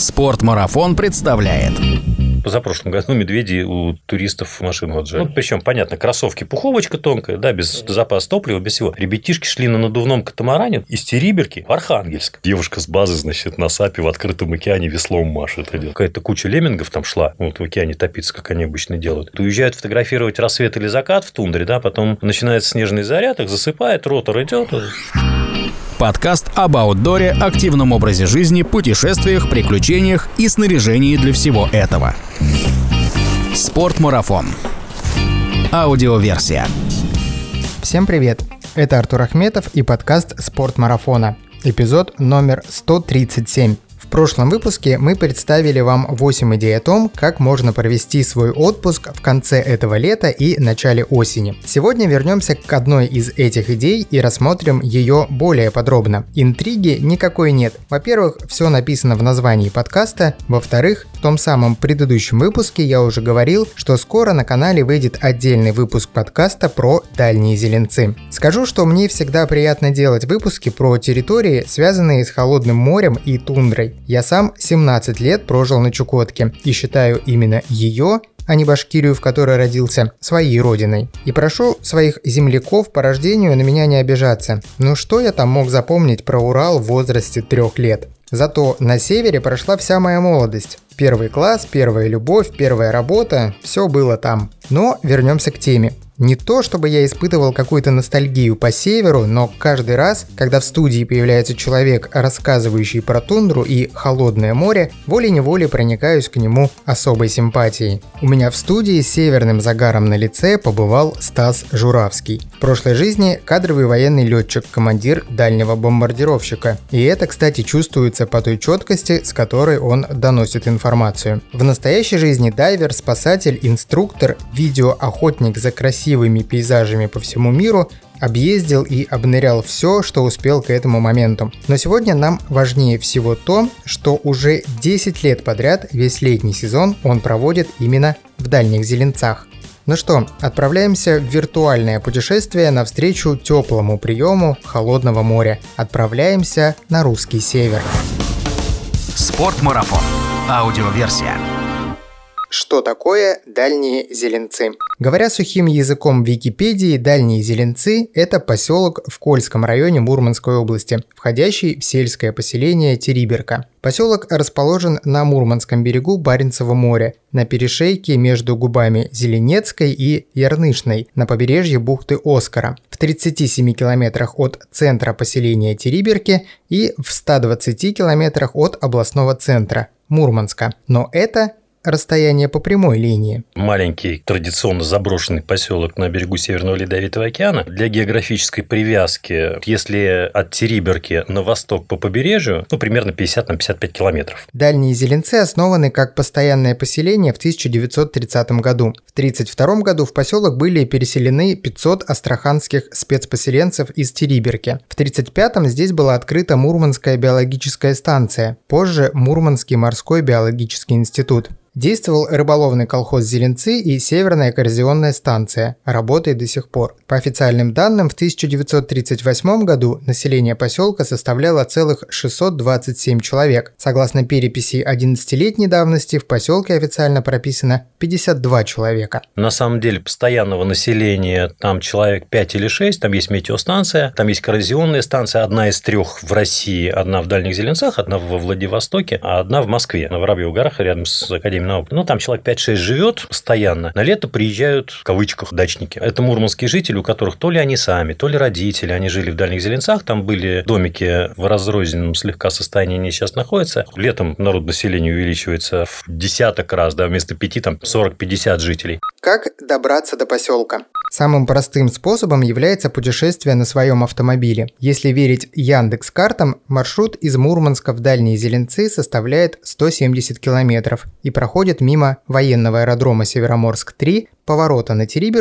Спортмарафон представляет. Позапрошлом году медведи у туристов машину отжали. Причем, понятно, кроссовки, пуховочка тонкая, да, без запаса топлива, без всего. Ребятишки шли на надувном катамаране из Териберки в Архангельск. Девушка с базы, значит, на САПе в открытом океане веслом машет. Какая-то куча леммингов там шла, в океане топиться, как они обычно делают. Уезжают фотографировать рассвет или закат в тундре, да, потом начинается снежный заряд, их засыпает, ротор идет. Подкаст об аутдоре, активном образе жизни, путешествиях, приключениях и снаряжении для всего этого. Спортмарафон. Аудиоверсия. Всем привет! Это Артур Ахметов и подкаст «Спортмарафона». Эпизод номер 137. В прошлом выпуске мы представили вам 8 идей о том, как можно провести свой отпуск в конце этого лета и начале осени. Сегодня вернемся к одной из этих идей и рассмотрим ее более подробно. Интриги никакой нет. Во-первых, все написано в названии подкаста. Во-вторых, в том самом предыдущем выпуске я уже говорил, что скоро на канале выйдет отдельный выпуск подкаста про дальние зеленцы. Скажу, что мне всегда приятно делать выпуски про территории, связанные с холодным морем и тундрой. Я сам 17 лет прожил на Чукотке и считаю именно ее, а не Башкирию, в которой родился, своей родиной. И прошу своих земляков по рождению на меня не обижаться. Ну что я там мог запомнить про Урал в возрасте 3 лет? Зато на севере прошла вся моя молодость. Первый класс, первая любовь, первая работа – все было там. Но вернемся к теме. Не то, чтобы я испытывал какую-то ностальгию по северу, но каждый раз, когда в студии появляется человек, рассказывающий про тундру и холодное море, волей-неволей проникаюсь к нему особой симпатией. У меня в студии с северным загаром на лице побывал Стас Журавский. В прошлой жизни кадровый военный летчик, командир дальнего бомбардировщика. И это, кстати, чувствуется по той четкости, с которой он доносит информацию. В настоящей жизни дайвер, спасатель, инструктор, видеоохотник за красивыми пейзажами по всему миру, объездил и обнырял все, что успел к этому моменту. Но сегодня нам важнее всего то, что уже 10 лет подряд весь летний сезон он проводит именно в дальних зеленцах. Ну что, отправляемся в виртуальное путешествие навстречу теплому приему холодного моря. Отправляемся на русский север. Спортмарафон. Аудиоверсия. Что такое дальние зеленцы? Говоря сухим языком Википедии, дальние зеленцы – это поселок в Кольском районе Мурманской области, входящий в сельское поселение Териберка. Поселок расположен на Мурманском берегу Баренцева моря, на перешейке между губами Зеленецкой и Ярнышной, на побережье бухты Оскара, в 37 километрах от центра поселения Териберки и в 120 километрах от областного центра Мурманска. Но это расстояние по прямой линии. Маленький традиционно заброшенный поселок на берегу Северного Ледовитого океана. Для географической привязки, если от Териберки на восток по побережью, примерно 50-55 километров. Дальние зеленцы основаны как постоянное поселение в 1930 году. В 1932 году в поселок были переселены 500 астраханских спецпоселенцев из Териберки. В 1935 здесь была открыта Мурманская биологическая станция, позже Мурманский морской биологический институт. Действовал рыболовный колхоз «Зеленцы» и Северная коррозионная станция, работает до сих пор. По официальным данным, в 1938 году население поселка составляло целых 627 человек. Согласно переписи 11-летней давности, в поселке официально прописано 52 человека. На самом деле постоянного населения там человек 5 или 6, там есть метеостанция, там есть коррозионная станция, одна из 3 в России, одна в Дальних Зеленцах, одна во Владивостоке, а одна в Москве, на Воробьевых горах, рядом с Академией наук. Там человек 5-6 живет постоянно. На лето приезжают, в кавычках, дачники. Это мурманские жители, у которых то ли они сами, то ли родители, они жили в Дальних Зеленцах, там были домики в разрозненном слегка состоянии, они сейчас находятся. Летом народ населения увеличивается в десяток раз, вместо 5 там 40-50 жителей. Как добраться до поселка? Самым простым способом является путешествие на своем автомобиле. Если верить Яндекс.Картам, маршрут из Мурманска в Дальние Зеленцы составляет 170 километров и проходит мимо военного аэродрома Североморск-3, поворота на Териберку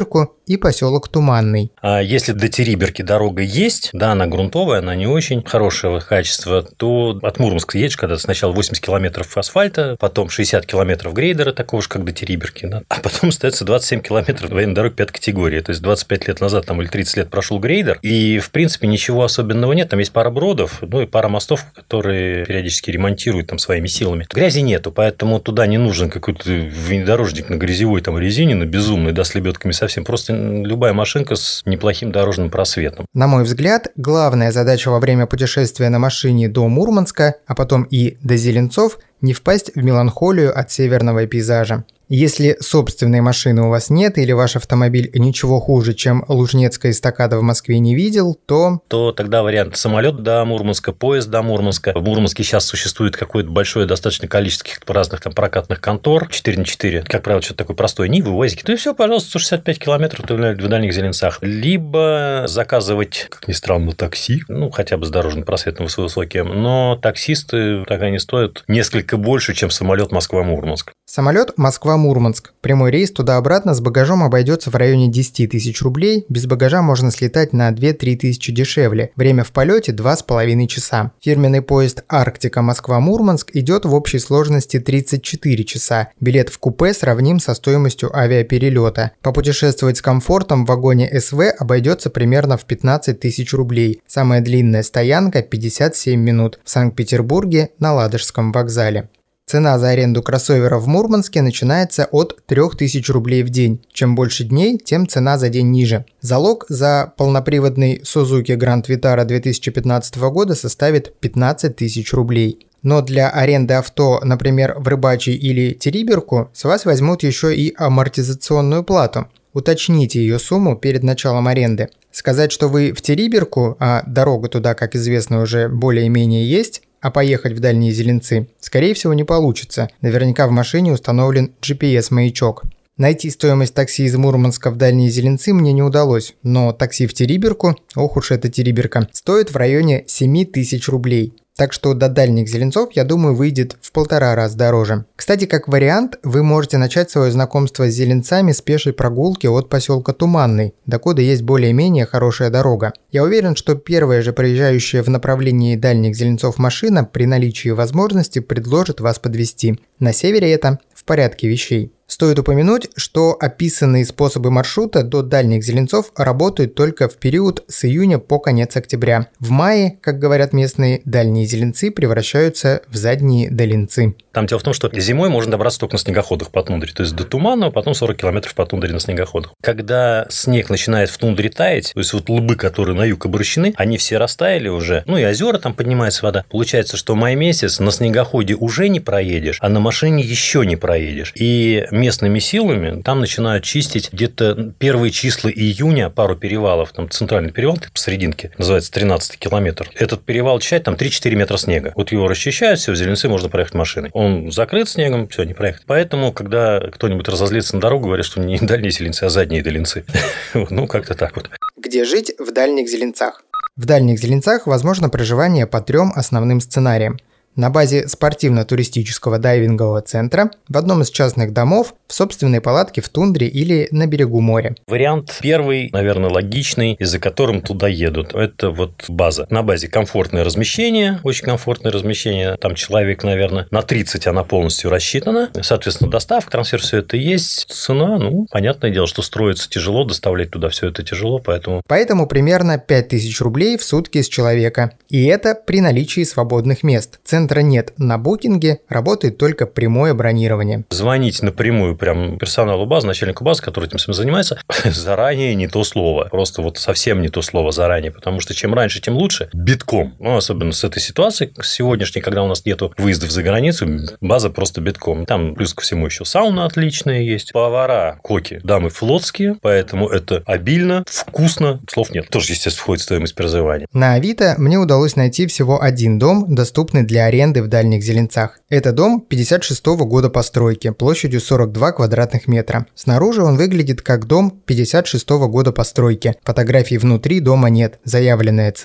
и поселок Туманный. А если до Териберки дорога есть, да, она грунтовая, она не очень хорошего качества, то от Мурманска едешь, когда сначала 80 километров асфальта, потом 60 километров грейдера, такого же, как до Териберки, да, а потом остается 27 километров военной дороги 5 категории. То есть 25 лет назад там, или 30 лет прошел грейдер, и, в принципе, ничего особенного нет. Там есть пара бродов, ну и пара мостов, которые периодически ремонтируют там своими силами. Грязи нету, поэтому туда не нужен какой-то внедорожник на грязевой там резине, на безумной, да, с лебедками совсем. Просто любая машинка с неплохим дорожным просветом. На мой взгляд, главная задача во время путешествия на машине до Мурманска, а потом и до Зеленцов – не впасть в меланхолию от северного пейзажа. Если собственной машины у вас нет или ваш автомобиль ничего хуже, чем Лужнецкая эстакада в Москве не видел, то тогда вариант самолет до Мурманска, поезд до Мурманска. В Мурманске сейчас существует какое-то большое достаточно количество каких-то разных там прокатных контор, 4x4, как правило, что-то такое простое, Нивы, УАЗики. То и все, пожалуйста, 165 километров в дальних Зеленцах. Либо заказывать, как ни странно, такси, ну, хотя бы с дорожным просветом высоким, но таксисты так они стоят несколько больше, чем самолет Москва-Мурманск. Самолет Москва-Мурманск. Прямой рейс туда-обратно с багажом обойдется в районе 10 тысяч рублей. Без багажа можно слетать на 2-3 тысячи дешевле. Время в полете 2,5 часа. Фирменный поезд «Арктика Москва-Мурманск» идет в общей сложности 34 часа. Билет в купе сравним со стоимостью авиаперелета. Попутешествовать с комфортом в вагоне СВ обойдется примерно в 15 тысяч рублей. Самая длинная стоянка – 57 минут. В Санкт-Петербурге на Ладожском вокзале. Цена за аренду кроссовера в Мурманске начинается от 3000 рублей в день. Чем больше дней, тем цена за день ниже. Залог за полноприводный Suzuki Grand Vitara 2015 года составит 15 тысяч рублей. Но для аренды авто, например, в Рыбачий или Териберку, с вас возьмут еще и амортизационную плату. Уточните ее сумму перед началом аренды. Сказать, что вы в Териберку, а дорога туда, как известно, уже более-менее есть, а поехать в дальние Зеленцы, скорее всего, не получится. Наверняка в машине установлен GPS-маячок. Найти стоимость такси из Мурманска в дальние Зеленцы мне не удалось, но такси в Териберку, ох уж эта Териберка, стоит в районе 7000 рублей. Так что до дальних Зеленцов, я думаю, выйдет в 1,5 раза дороже. Кстати, как вариант, вы можете начать свое знакомство с Зеленцами с пешей прогулки от поселка Туманный, докуда есть более-менее хорошая дорога. Я уверен, что первая же проезжающая в направлении дальних Зеленцов машина при наличии возможности предложит вас подвезти. На севере это в порядке вещей. Стоит упомянуть, что описанные способы маршрута до дальних Зеленцов работают только в период с июня по конец октября. В мае, как говорят местные, дальние Зеленцы превращаются в задние Долинцы. Там дело в том, что зимой можно добраться только на снегоходах по тундре, то есть до Туманного, потом 40 километров по тундре на снегоходах. Когда снег начинает в тундре таять, то есть вот лбы, которые на юг обращены, они все растаяли уже, ну и озера там поднимается вода. Получается, что май месяц на снегоходе уже не проедешь, а на машине еще не проедешь. И местными силами там начинают чистить где-то первые числа июня пару перевалов. Там центральный перевал посерединке, называется 13-й километр. Этот перевал чищает там 3-4 метра снега. Вот его расчищают, все, в Зеленцы можно проехать машиной. Он закрыт снегом, все, не проехать. Поэтому, когда кто-нибудь разозлится на дорогу, говорят, что не дальние Зеленцы, а задние Долинцы. Ну, как-то так вот. Где жить в дальних Зеленцах? В дальних Зеленцах возможно проживание по 3 основным сценариям. На базе спортивно-туристического дайвингового центра, в одном из частных домов, в собственной палатке в тундре или на берегу моря. Вариант первый, наверное, логичный, из-за которым туда едут. Это вот база. На базе комфортное размещение, очень комфортное размещение. Там человек, наверное, на 30 она полностью рассчитана. Соответственно, доставка, трансфер, все это есть. Цена, ну, понятное дело, что строится тяжело, доставлять туда все это тяжело, Поэтому примерно 5000 рублей в сутки с человека. И это при наличии свободных мест. Центра нет на букинге, работает только прямое бронирование. Звонить напрямую прям персоналу базы, начальнику базы, который этим всем занимается, заранее не то слово. Просто вот совсем не то слово заранее, потому что чем раньше, тем лучше. Битком. Ну, особенно с этой ситуацией сегодняшней, когда у нас нету выездов за границу, база просто битком. Там плюс ко всему еще сауна отличная есть. Повара, коки, дамы флотские, поэтому это обильно, вкусно, слов нет. Тоже, естественно, входит в стоимость проживания. На Авито мне удалось найти всего один дом, доступный для аренды в дальних Зеленцах. Это дом 56-го года постройки, площадью 42 квадратных метра. Снаружи он выглядит как дом 56-го года постройки. Фотографий внутри дома нет. Заявленная цена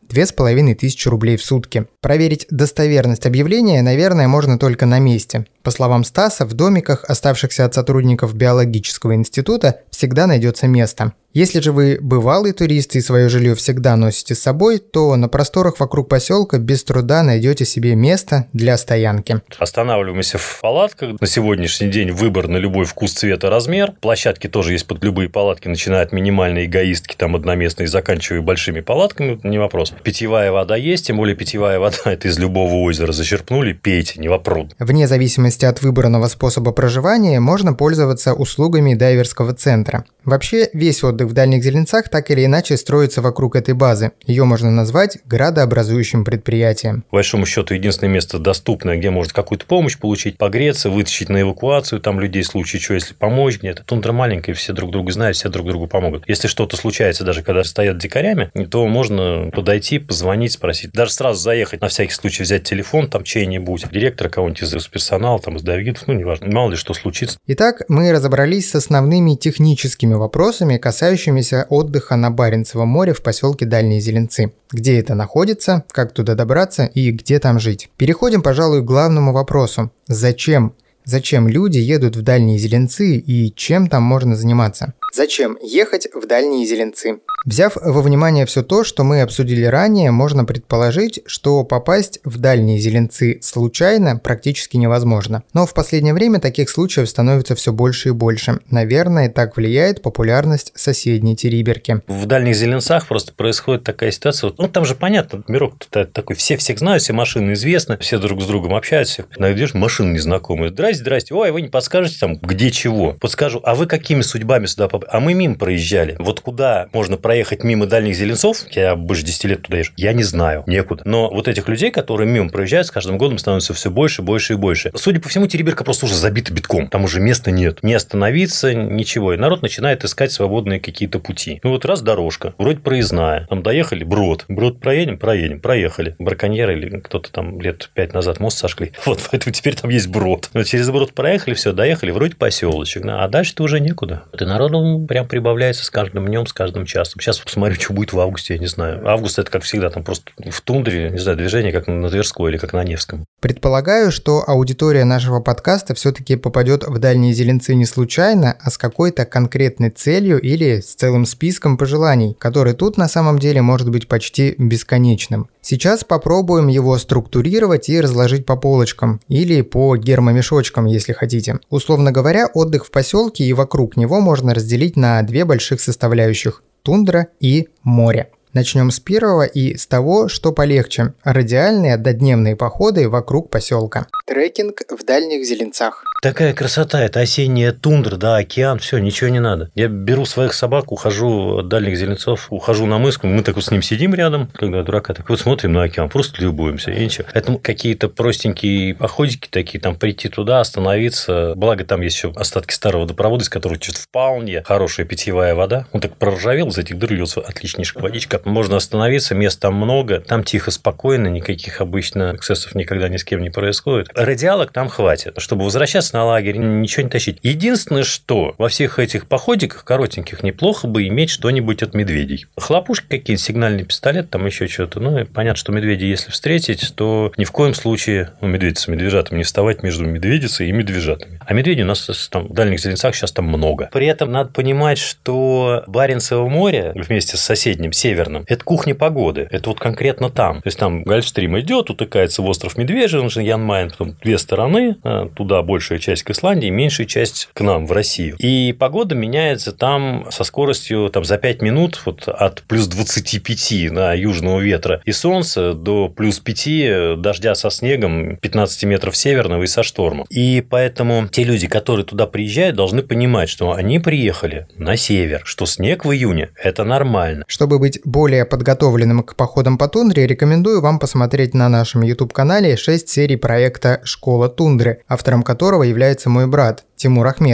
2500 рублей в сутки. Проверить достоверность объявления, наверное, можно только на месте. По словам Стаса, в домиках, оставшихся от сотрудников биологического института, всегда найдется место. Если же вы бывалый турист и свое жилье всегда носите с собой, то на просторах вокруг поселка без труда найдете себе место для стоянки. Останавливаемся в палатках. На сегодняшний день выбор на любой вкус, цвет и размер. Площадки тоже есть под любые палатки, начиная от минимальной эгоистки, там одноместной, заканчивая большими палатками, не вопрос. Питьевая вода есть, тем более питьевая вода – это из любого озера зачерпнули, пейте, не вопрос. Вне зависимости от выбранного способа проживания можно пользоваться услугами дайверского центра. Вообще, весь отдых в Дальних Зеленцах так или иначе строится вокруг этой базы. Ее можно назвать градообразующим предприятием. По большому счету, единственное место доступное, где можно какую-то помощь получить, погреться, вытащить на эвакуацию там людей в случае чего, если помочь где-то. Тундра маленькая, все друг друга знают, все друг другу помогут. Если что-то случается, даже когда стоят дикарями, то можно подойти, позвонить, спросить. Даже сразу заехать, на всякий случай взять телефон, там чей-нибудь, директора кого-нибудь из персонала, там из Давидов, неважно, мало ли что случится. Итак, мы разобрались с основными техническими вопросами, касающимися отдыха на Баренцевом море в поселке Дальние Зеленцы. Где это находится, как туда добраться и где там жить. Переходим, пожалуй, к главному вопросу. Зачем? Зачем люди едут в Дальние Зеленцы и чем там можно заниматься? Зачем ехать в Дальние Зеленцы? Взяв во внимание все то, что мы обсудили ранее, можно предположить, что попасть в Дальние Зеленцы случайно практически невозможно. Но в последнее время таких случаев становится все больше и больше. Наверное, так влияет популярность соседней Териберки. В Дальних Зеленцах просто происходит такая ситуация. Там же понятно, мирок такой, все всех знают, все машины известны, все друг с другом общаются. Найдешь машины незнакомые. Здрасте, ой, вы не подскажете там, где чего? Подскажу, а вы какими судьбами сюда попали? А мы мимо проезжали. Вот куда можно проехать мимо Дальних Зеленцов, я больше 10 лет туда езжу, я не знаю, некуда. Но вот этих людей, которые мимо проезжают, с каждым годом становится все больше, больше и больше. Судя по всему, Териберка просто уже забита битком. Там уже места нет. Не остановиться, ничего. И народ начинает искать свободные какие-то пути. Ну вот раз дорожка, вроде проездная. Там доехали, Брод. Брод проедем, проехали. Браконьеры или кто-то там лет 5 назад мост сожгли. Вот, поэтому теперь там есть Брод. Но через Брод проехали, все, доехали, вроде поселочек. А дальше-то уже некуда. И народу прям прибавляется с каждым днем, с каждым часом. Сейчас посмотрю, что будет в августе, я не знаю. Август – это, как всегда, там просто в тундре, не знаю, движение, как на Тверской или как на Невском. Предполагаю, что аудитория нашего подкаста все-таки попадет в Дальние Зеленцы не случайно, а с какой-то конкретной целью или с целым списком пожеланий, который тут на самом деле может быть почти бесконечным. Сейчас попробуем его структурировать и разложить по полочкам, или по гермомешочкам, если хотите. Условно говоря, отдых в поселке и вокруг него можно разделить на две больших составляющих – тундра и море. Начнем с первого и с того, что полегче – радиальные однодневные походы вокруг поселка. Трекинг в Дальних Зеленцах. Такая красота, это осенняя тундра, да, океан, все, ничего не надо. Я беру своих собак, ухожу от Дальних Зеленцов, ухожу на Мыску, мы так вот с ним сидим рядом, когда дурака, так вот смотрим на океан, просто любуемся, и ничего. Это какие-то простенькие походики такие, там прийти туда, остановиться, благо там есть еще остатки старого водопровода, из которого что-то вполне хорошая питьевая вода, он так проржавел, из этих дыр льется отличнейшая водичка. Можно остановиться, мест там много, там тихо, спокойно, никаких обычно эксцессов никогда ни с кем не происходит. Радиалок там хватит, чтобы возвращаться на лагерь, ничего не тащить. Единственное, что во всех этих походиках коротеньких неплохо бы иметь что-нибудь от медведей. Хлопушки какие-нибудь, сигнальный пистолет, там еще что-то. Ну, и понятно, что медведи, если встретить, то ни в коем случае, медведь с медвежатами, не вставать между медведицей и медвежатами. А медведей у нас там в Дальних Зеленцах сейчас там много. При этом надо понимать, что Баренцево море вместе с соседним, северным, это кухня погоды. Это вот конкретно там. То есть там Гольфстрим идет, утыкается в остров Медвежий, он же Jan-Mayen, потом две стороны, туда большая часть к Исландии, меньшая часть к нам, в Россию. И погода меняется там со скоростью там, за 5 минут вот, от плюс 25 на южного ветра и солнца до плюс 5 дождя со снегом 15 метров северного и со штормом. И поэтому те люди, которые туда приезжают, должны понимать, что они приехали на север, что снег в июне – это нормально. Чтобы быть более подготовленным к походам по тундре, рекомендую вам посмотреть на нашем YouTube-канале 6 серий проекта «Школа тундры», автором которого является мой брат Тимур Ахметов.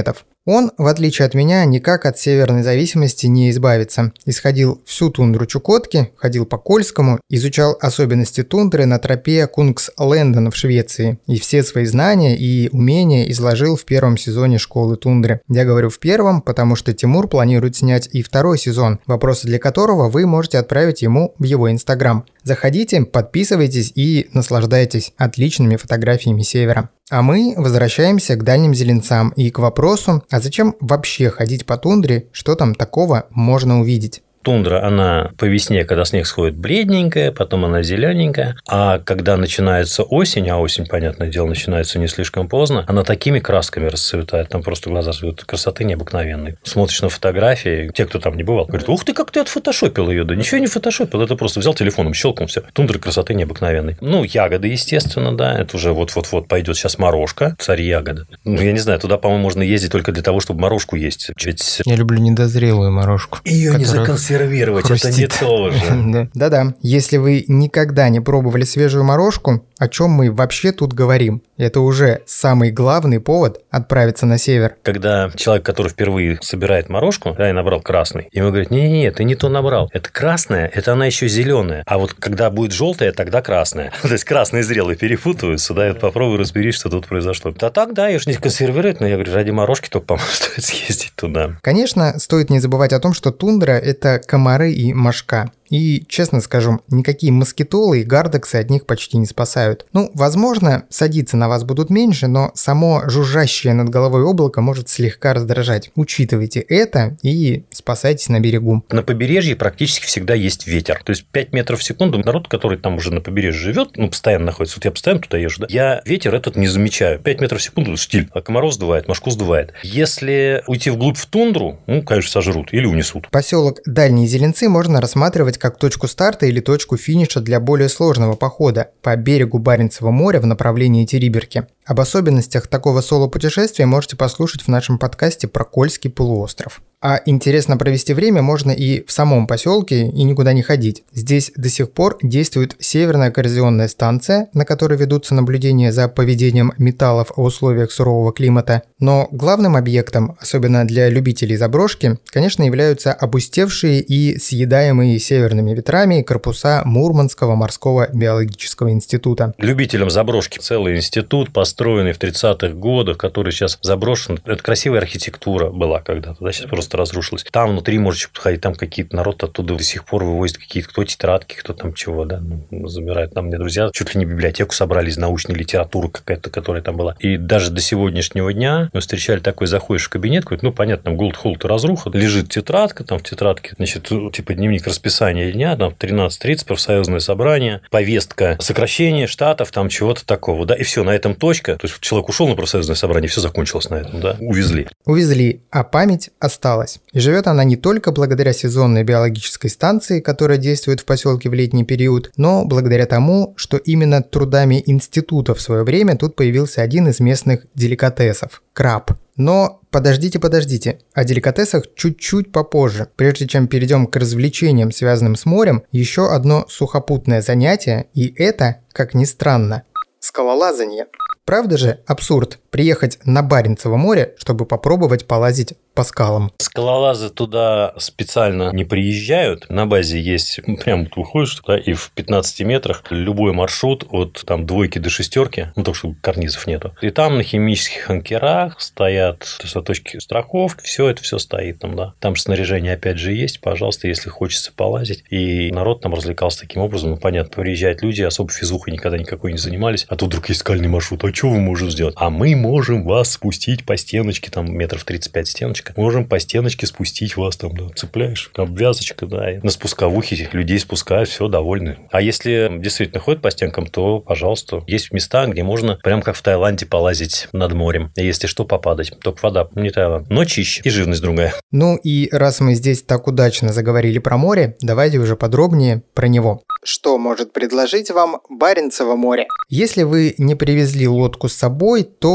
Он, в отличие от меня, никак от северной зависимости не избавится. Исходил всю тундру Чукотки, ходил по Кольскому, изучал особенности тундры на тропе Кунгсленден в Швеции и все свои знания и умения изложил в первом сезоне «Школы тундры». Я говорю в первом, потому что Тимур планирует снять и второй сезон, вопросы для которого вы можете отправить ему в его Инстаграм. Заходите, подписывайтесь и наслаждайтесь отличными фотографиями севера. А мы возвращаемся к дальним зеленцам и к вопросу, а зачем вообще ходить по тундре, что там такого можно увидеть? Тундра, она по весне, когда снег сходит, бледненькая, потом она зелененькая, а когда начинается осень, а осень, понятное дело, начинается не слишком поздно, она такими красками расцветает, там просто глаза цветут, красоты необыкновенной. Смотришь на фотографии, те, кто там не бывал, говорят: ух ты, как ты отфотошопил ее, да ничего не фотошопил, это просто взял телефоном, щелкнул, все. Тундра красоты необыкновенной. Ну, ягоды, естественно, да, это уже вот-вот-вот пойдет сейчас морожка, царь ягоды. Ну, я не знаю, туда, по-моему, можно ездить только для того, чтобы морожку есть. Ведь... Я люблю недозрелую морожку. Ее не законсервировать, это не то же. Да-да. Если вы никогда не пробовали свежую морожку, о чем мы вообще тут говорим? Это уже самый главный повод отправиться на север. Когда человек, который впервые собирает морожку, да, и набрал красный, ему говорят: не-не-не, ты не то набрал. Это красная, это она еще зеленая. А вот когда будет желтая, тогда красная. То есть красные и зрелые перепутываются, да, и попробуй разберись, что тут произошло. Да так, да, ее же не консервируют, но я говорю, ради морожки только, по-моему, стоит съездить туда. Конечно, стоит не забывать о том, что тундра – это комары и мошка. И, честно скажу, никакие москитолы и гардексы от них почти не спасают. Ну, возможно, садиться на вас будут меньше, но само жужжащее над головой облако может слегка раздражать. Учитывайте это и спасайтесь на берегу. На побережье практически всегда есть ветер. То есть 5 метров в секунду. Народ, который там уже на побережье живет, ну, постоянно находится. Вот я постоянно туда езжу, да? Я ветер этот не замечаю. 5 метров в секунду штиль. А комаров сдувает, мошку сдувает. Если уйти вглубь в тундру, ну, конечно, сожрут или унесут. Поселок Дальние Зеленцы можно рассматривать как точку старта или точку финиша для более сложного похода по берегу Баренцева моря в направлении Териберки. Об особенностях такого соло-путешествия можете послушать в нашем подкасте про Кольский полуостров. А интересно провести время можно и в самом поселке, и никуда не ходить. Здесь до сих пор действует северная коррозионная станция, на которой ведутся наблюдения за поведением металлов в условиях сурового климата. Но главным объектом, особенно для любителей заброшки, конечно, являются опустевшие и съедаемые северными ветрами корпуса Мурманского морского биологического института. Любителям заброшки целый институт, построенный в 30-х годах, который сейчас заброшен. Это красивая архитектура была когда-то, да, сейчас просто разрушилась. Там внутри можете подходить, там какие-то народ оттуда до сих пор вывозит какие-то, кто тетрадки, кто там чего, да, забирает. Там мне друзья чуть ли не библиотеку собрали из научной литературы какая-то, которая там была. И даже до сегодняшнего дня мы встречали такой: заходишь в кабинет, говорит, ну, понятно, там голд-холд и разруха, лежит тетрадка, там в тетрадке, значит, типа дневник расписания дня, там в 13:30 профсоюзное собрание, повестка сокращения штатов, там чего-то такого, да, и все, на этом точка. То есть человек ушел на профсоюзное собрание, все закончилось на этом, да, увезли. Увезли, а память осталась. И живет она не только благодаря сезонной биологической станции, которая действует в поселке в летний период, но благодаря тому, что именно трудами института в свое время тут появился один из местных деликатесов – краб. Но подождите, о деликатесах чуть-чуть попозже. Прежде чем перейдем к развлечениям, связанным с морем, еще одно сухопутное занятие, и это, как ни странно, скалолазание. Правда же абсурд приехать на Баренцево море, чтобы попробовать полазить по скалам? Скалолазы туда специально не приезжают. На базе есть, прям выходишь туда, и в 15 метрах любой маршрут от там 2 до 6, ну, так что карнизов нету. И там на химических анкерах стоят точки страховки, все стоит там, да. Там же снаряжение опять же есть, пожалуйста, если хочется полазить. И народ там развлекался таким образом. Ну, понятно, приезжают люди, особо физухой никогда никакой не занимались, а тут вдруг есть скальный маршрут. А что вы можете сделать? А мы можем вас спустить по стеночке, там метров 35 стеночка. Можем по стеночке спустить вас там, да, цепляешь, обвязочка, да, и на спусковухе людей спускают, все довольны. А если действительно ходят по стенкам, то, пожалуйста, есть места, где можно прям как в Таиланде полазить над морем. И если что, попадать. Только вода не Таиланд, но чище и живность другая. Ну и раз мы здесь так удачно заговорили про море, давайте уже подробнее про него. Что может предложить вам Баренцево море? Если вы не привезли лодку с собой, то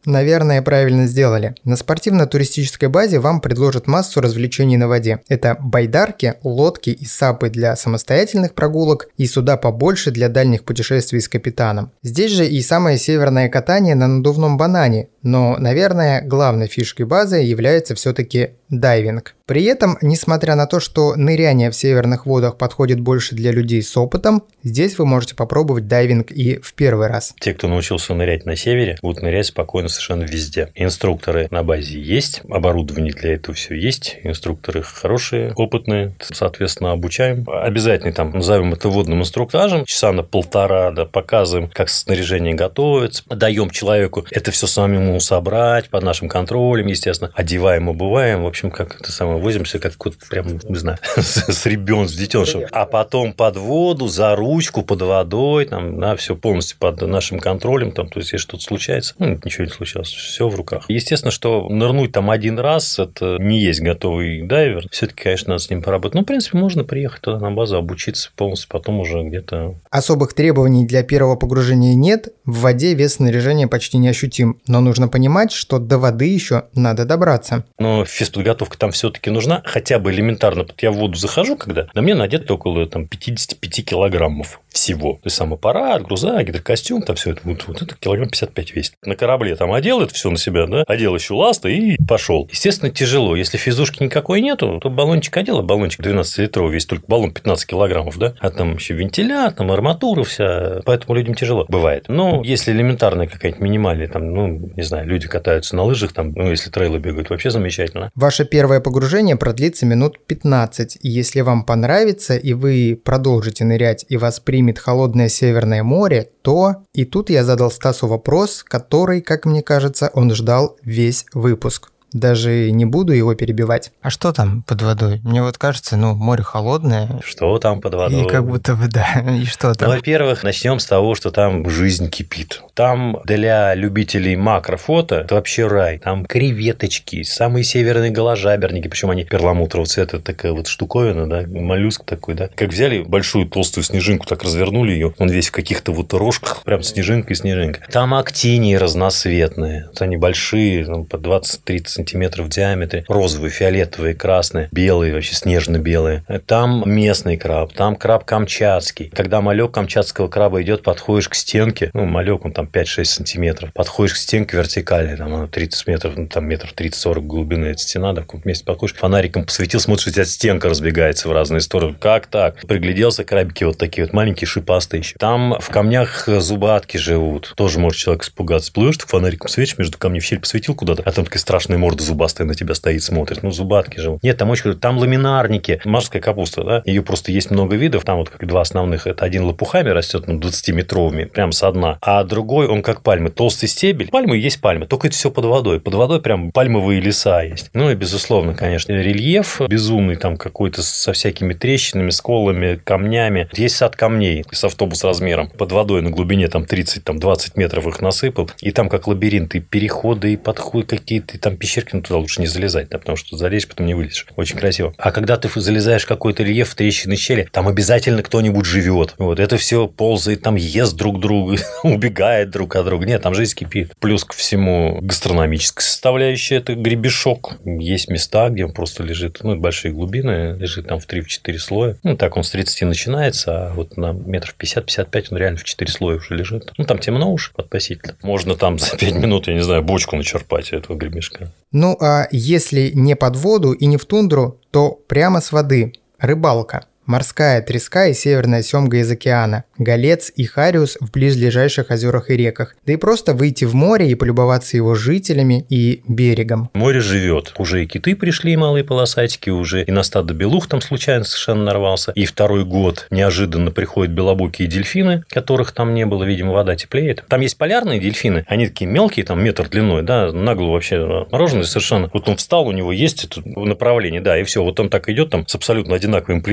Наверное, правильно сделали. На спортивно-туристической базе вам предложат массу развлечений на воде. Это байдарки, лодки и сапы для самостоятельных прогулок и суда побольше для дальних путешествий с капитаном. Здесь же и самое северное катание на надувном банане, но, наверное, главной фишкой базы является все-таки дайвинг. При этом, несмотря на то, что ныряние в северных водах подходит больше для людей с опытом, здесь вы можете попробовать дайвинг и в первый раз. Те, кто научился нырять на севере, будут нырять спокойно совершенно везде. Инструкторы на базе есть, оборудование для этого все есть, инструкторы хорошие, опытные, соответственно, обучаем. Обязательно там назовем это водным инструктажем, часа на полтора, да, показываем, как снаряжение готовится, даем человеку это все самому собрать под нашим контролем, естественно, одеваем, обуваем, в общем, как это самое, возимся, как вот прям, не знаю, с ребенком, с детенышем. А потом под воду, за ручку, под водой, там, да, все полностью под нашим контролем, там, то есть, если что-то случается, ничего не случалось, все в руках. Естественно, что нырнуть там один раз, это не есть готовый дайвер, все-таки, конечно, надо с ним поработать. Ну, в принципе, можно приехать туда на базу, обучиться полностью, потом уже где-то... Особых требований для первого погружения нет, в воде вес снаряжения почти неощутим, но нужно понимать, что до воды еще надо добраться. Но физподготовка там все-таки нужна, хотя бы элементарно. Вот я в воду захожу, когда на мне надето около там, 55 килограммов всего. То есть сам аппарат, груза, гидрокостюм, там все это. Вот это килограмм 55 весит. На корабле там одел это все на себя, да, одел еще ласты и пошел. Естественно, тяжело. Если физушки никакой нету, то баллончик одел, а баллончик 12-литровый, весит только баллон 15 килограммов, да. А там еще вентилятор, там арматура вся. Поэтому людям тяжело бывает. Но если элементарная какая-нибудь минимальная, там, не знаю, люди катаются на лыжах, там, если трейлы бегают, вообще замечательно. Ваше первое погружение продлится минут 15, и если вам понравится, и вы продолжите нырять, и вас примет холодное Северное море, то... И тут я задал Стасу вопрос, который, как мне кажется, он ждал весь выпуск. Даже не буду его перебивать. А что там под водой? Мне вот кажется, море холодное. Что там под водой? И как будто бы, да, и что там? Во-первых, начнем с того, что там жизнь кипит. Там для любителей макрофото это вообще рай. Там креветочки, самые северные голожаберники, причем они перламутрового цвета, такая вот штуковина, да, моллюск такой, да. Как взяли большую толстую снежинку, так развернули ее, он весь в каких-то вот рожках, прям снежинка и снежинка. Там актинии разноцветные, вот они большие, по 20-30 сантиметров в диаметре, розовые, фиолетовые, красные, белые, вообще снежно-белые. Там местный краб, там краб камчатский. Когда малек камчатского краба идет, подходишь к стенке, малек он там 5-6 сантиметров, подходишь к стенке вертикальной, там она 30 метров, там метров 30-40 глубины эта стена, да, в каком-то месте подходишь, фонариком посветил, смотришь, у тебя стенка разбегается в разные стороны. Как так? Пригляделся, крабики вот такие вот маленькие, шипастые еще. Там в камнях зубатки живут. Тоже может человек испугаться. Плывешь, ты фонариком светишь, между камней в щель посветил куда-то, а там такая страшная морда зубастая на тебя стоит, смотрит. Зубатки живут. Нет, там очень... Там ламинарники, морская капуста, да. Ее просто есть много видов. Там вот как два основных. Это один лопухами растет, 20-метровыми, прям со дна. А другой, он как пальмы. Толстый стебель. Пальмы есть пальмы. Только это все под водой. Под водой прям пальмовые леса есть. И, безусловно, конечно, рельеф безумный, там какой-то со всякими трещинами, сколами, камнями. Есть сад камней с автобус размером. Под водой на глубине там 30-20 метров их насыпал. И там как лабиринты, переходы, и подходы какие-то, и там пещерки, туда лучше не залезать, да, потому что залезешь, потом не вылезешь. Очень красиво. А когда ты залезаешь в какой-то рельеф, в трещины, щели, там обязательно кто-нибудь живет. Вот это все ползает, там ест друг друга, убегает друг от друга. Нет, там жизнь кипит. Плюс ко всему гастрономическая составляющая – это гребешок. Есть места, где он просто лежит, большие глубины, лежит там в 3-4 слоя. Так он с 30 начинается, а вот на метров 50-55 он реально в 4 слоя уже лежит. Там темно уж относительно. Можно там за 5 минут, я не знаю, бочку начерпать этого гребешка. А если не под воду и не в тундру, то прямо с воды. Рыбалка. Морская треска и северная семга из океана, голец и хариус в близлежащих озерах и реках, да и просто выйти в море и полюбоваться его жителями и берегом. Море живет. Уже и киты пришли, малые полосатики, уже и на стадо белух там случайно совершенно нарвался. И второй год неожиданно приходят белобокие дельфины, которых там не было, видимо, вода теплеет. Там есть полярные дельфины, они такие мелкие, там метр длиной, да, нагло вообще отмороженные совершенно. Вот он встал, у него есть это направление, да, и все, вот он так идет там с абсолютно одинаковой амплитудой, как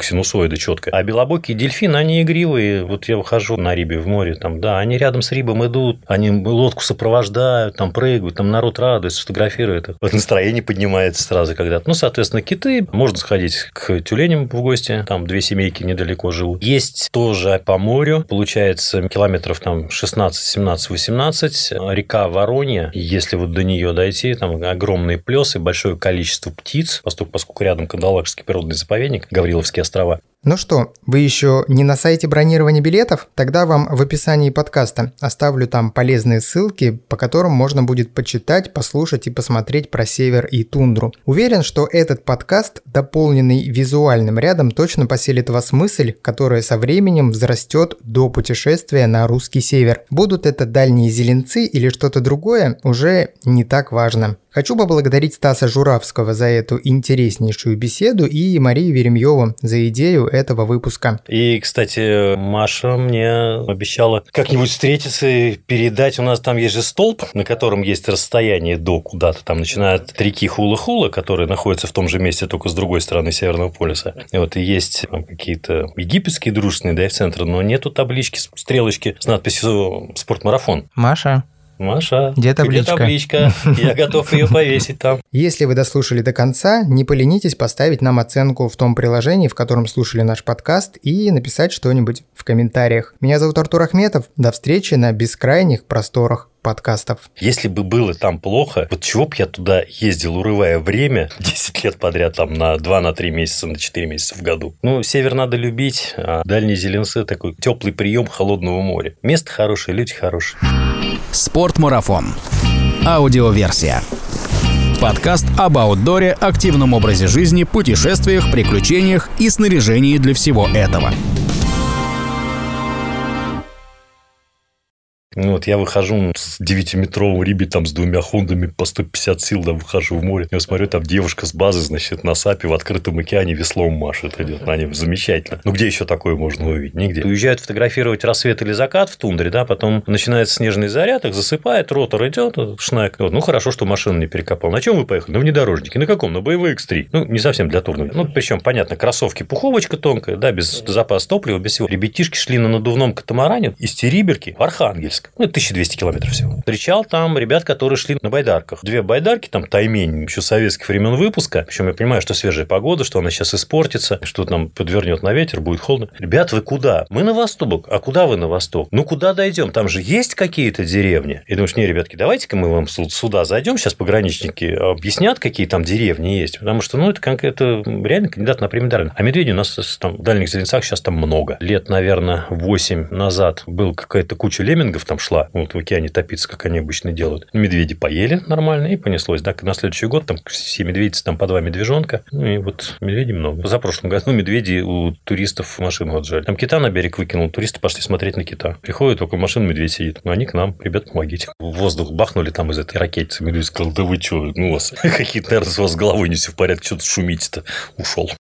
синусоида четкая. А белобокие дельфины, они игривые. Вот я выхожу на Рибе в море, там, да, они рядом с Рибом идут, они лодку сопровождают, там прыгают, там народ радуется, фотографирует. Вот настроение поднимается сразу когда-то. Ну, соответственно, киты. Можно сходить к тюленям в гости. Там 2 семейки недалеко живут. Есть тоже по морю. Получается, километров там 16, 17, 18. Река Воронья. Если вот до нее дойти, там огромные плесы, большое количество птиц, поскольку рядом Кандалакшский природный заповедник, Гавриловские острова. Ну что, вы еще не на сайте бронирования билетов? Тогда вам в описании подкаста оставлю там полезные ссылки, по которым можно будет почитать, послушать и посмотреть про север и тундру. Уверен, что этот подкаст, дополненный визуальным рядом, точно поселит в вас мысль, которая со временем взрастет до путешествия на русский север. Будут это дальние зеленцы или что-то другое, уже не так важно. Хочу поблагодарить Стаса Журавского за эту интереснейшую беседу и Марию Веремьеву за идею этого выпуска. И, кстати, Маша мне обещала как-нибудь встретиться и передать. У нас там есть же столб, на котором есть расстояние до куда-то. Там начинают от реки Хула-Хула, которая находится в том же месте, только с другой стороны Северного полюса. И вот и есть там какие-то египетские дружественные, да, и в центре, но нету таблички, стрелочки с надписью «Спортмарафон». Маша, где табличка? Я готов ее повесить там. Если вы дослушали до конца, не поленитесь поставить нам оценку в том приложении, в котором слушали наш подкаст, и написать что-нибудь в комментариях. Меня зовут Артур Ахметов. До встречи на бескрайних просторах подкастов. Если бы было там плохо, вот чего бы я туда ездил, урывая время 10 лет подряд, там, на 2-3 месяца, на 4 месяца в году. Ну, север надо любить, а дальние зеленцы – такой теплый прием холодного моря. Место хорошее, люди хорошие. Спортмарафон. Аудиоверсия. Подкаст об аутдоре, активном образе жизни, путешествиях, приключениях и снаряжении для всего этого. Ну, вот я выхожу с 9-метровым Рибе, там, с 2 хондами по 150 сил, там, выхожу в море. Я смотрю, там девушка с базы, значит, на САПе в открытом океане веслом машет, идет на нем. Замечательно. Ну, где еще такое можно увидеть? Нигде. Уезжают фотографировать рассвет или закат в тундре, да, потом начинается снежный заряд, их засыпает, ротор идет, шнек. Вот, ну, хорошо, что машину не перекопал. На чем вы поехали? На внедорожнике. На каком? На BMW X3. Ну, не совсем для турного. Ну, причем, понятно, кроссовки, пуховочка тонкая, да, без запаса топлива, без всего. Ребятишки шли на надувном катамаране из Териберки в Архангельск. Ну, 1200 километров всего. Встречал там ребят, которые шли на байдарках. 2 байдарки, там таймень еще советских времен выпуска. Причем я понимаю, что свежая погода, что она сейчас испортится, что нам подвернет на ветер, будет холодно. Ребят, вы куда? Мы на восток. А куда вы на восток? Ну, куда дойдем? Там же есть какие-то деревни. И думаешь, не, ребятки, давайте-ка мы вам сюда зайдем. Сейчас пограничники объяснят, какие там деревни есть. Потому что, ну, это реально кандидат на премию Дарвина. А медведей у нас там в дальних зеленцах сейчас там много. Лет, наверное, 8 назад был какая-то куча леммингов там шла. Вот в океане топиться, как они обычно делают. Медведи поели нормально и понеслось. Так, на следующий год там все медведицы, там по 2 медвежонка. Ну, и вот медведей много. За прошлом году медведи у туристов машину отжали. Там кита на берег выкинул, туристы пошли смотреть на кита. Приходят, около машины медведь сидит. Ну, они к нам. Ребят, помогите. В воздух бахнули там из этой ракетицы. Медведь сказал, да вы что, ну, у вас какие-то, наверное, с вас головой не все в порядке, что тут шумите-то. Ушел.